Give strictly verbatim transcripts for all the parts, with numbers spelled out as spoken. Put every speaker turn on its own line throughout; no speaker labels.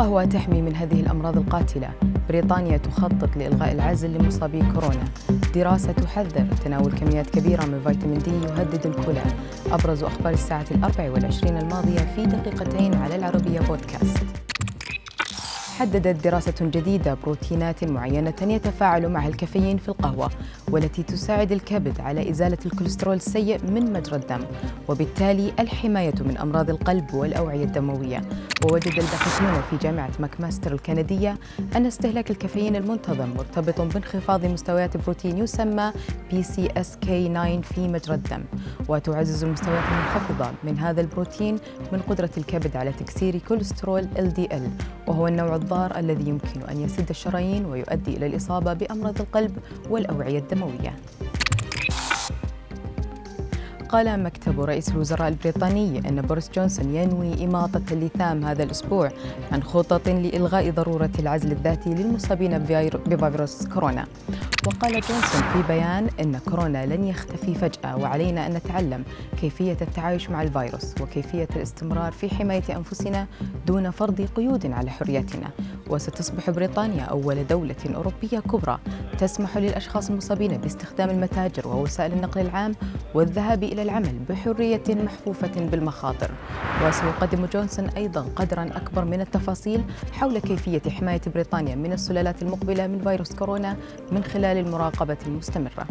القهوة تحمي من هذه الأمراض القاتلة. بريطانيا تخطط لإلغاء العزل لمصابي كورونا. دراسة تحذر تناول كميات كبيرة من فيتامين دي يهدد الكلى. أبرز أخبار الساعة الأربع والعشرين الماضية في دقيقتين على العربية بودكاست. حددت دراسة جديدة بروتينات معينة يتفاعل مع الكافيين في القهوة، والتي تساعد الكبد على إزالة الكوليسترول السيء من مجرى الدم، وبالتالي الحماية من أمراض القلب والأوعية الدموية. ووجد الباحثون في جامعة ماكماستر الكندية أن استهلاك الكافيين المنتظم مرتبط بانخفاض مستويات بروتين يسمى بي سي إس كي تسعة في مجرى الدم، وتعزز المستويات المنخفضة من هذا البروتين من قدرة الكبد على تكسير كوليسترول إل دي إل، وهو النوع الضار الذي يمكن أن يسد الشرايين ويؤدي إلى الإصابة بأمراض القلب والأوعية الدموية. قال مكتب رئيس الوزراء البريطاني أن بوريس جونسون ينوي إماطة اللثام هذا الأسبوع عن خطط لإلغاء ضرورة العزل الذاتي للمصابين بفيروس كورونا. وقال جونسون في بيان أن كورونا لن يختفي فجأة، وعلينا أن نتعلم كيفية التعايش مع الفيروس وكيفية الاستمرار في حماية أنفسنا دون فرض قيود على حريتنا. وستصبح بريطانيا أول دولة أوروبية كبرى تسمح للأشخاص المصابين باستخدام المتاجر ووسائل النقل العام والذهاب إلى العمل بحرية محفوفة بالمخاطر. وسيقدم جونسون أيضا قدرا أكبر من التفاصيل حول كيفية حماية بريطانيا من السلالات المقبلة من فيروس كورونا من خلال المراقبة المستمرة.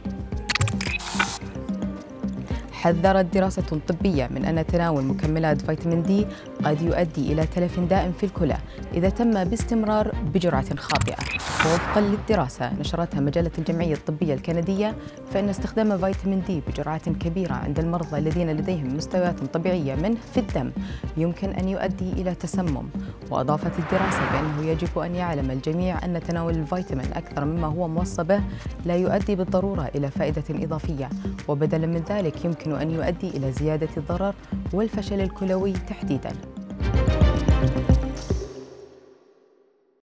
حذرت دراسة طبية من أن تناول مكملات فيتامين دي قد يؤدي إلى تلف دائم في الكلى إذا تم باستمرار بجرعة خاطئة. ووفقا للدراسة نشرتها مجلة الجمعية الطبية الكندية، فإن استخدام فيتامين دي بجرعات كبيرة عند المرضى الذين لديهم مستويات طبيعية منه في الدم يمكن أن يؤدي إلى تسمم. وأضافت الدراسة بأنه يجب أن يعلم الجميع أن تناول الفيتامين أكثر مما هو موصى به لا يؤدي بالضرورة إلى فائدة إضافية، وبدلا من ذلك يمكن أن يؤدي إلى زيادة الضرر والفشل الكلوي تحديداً.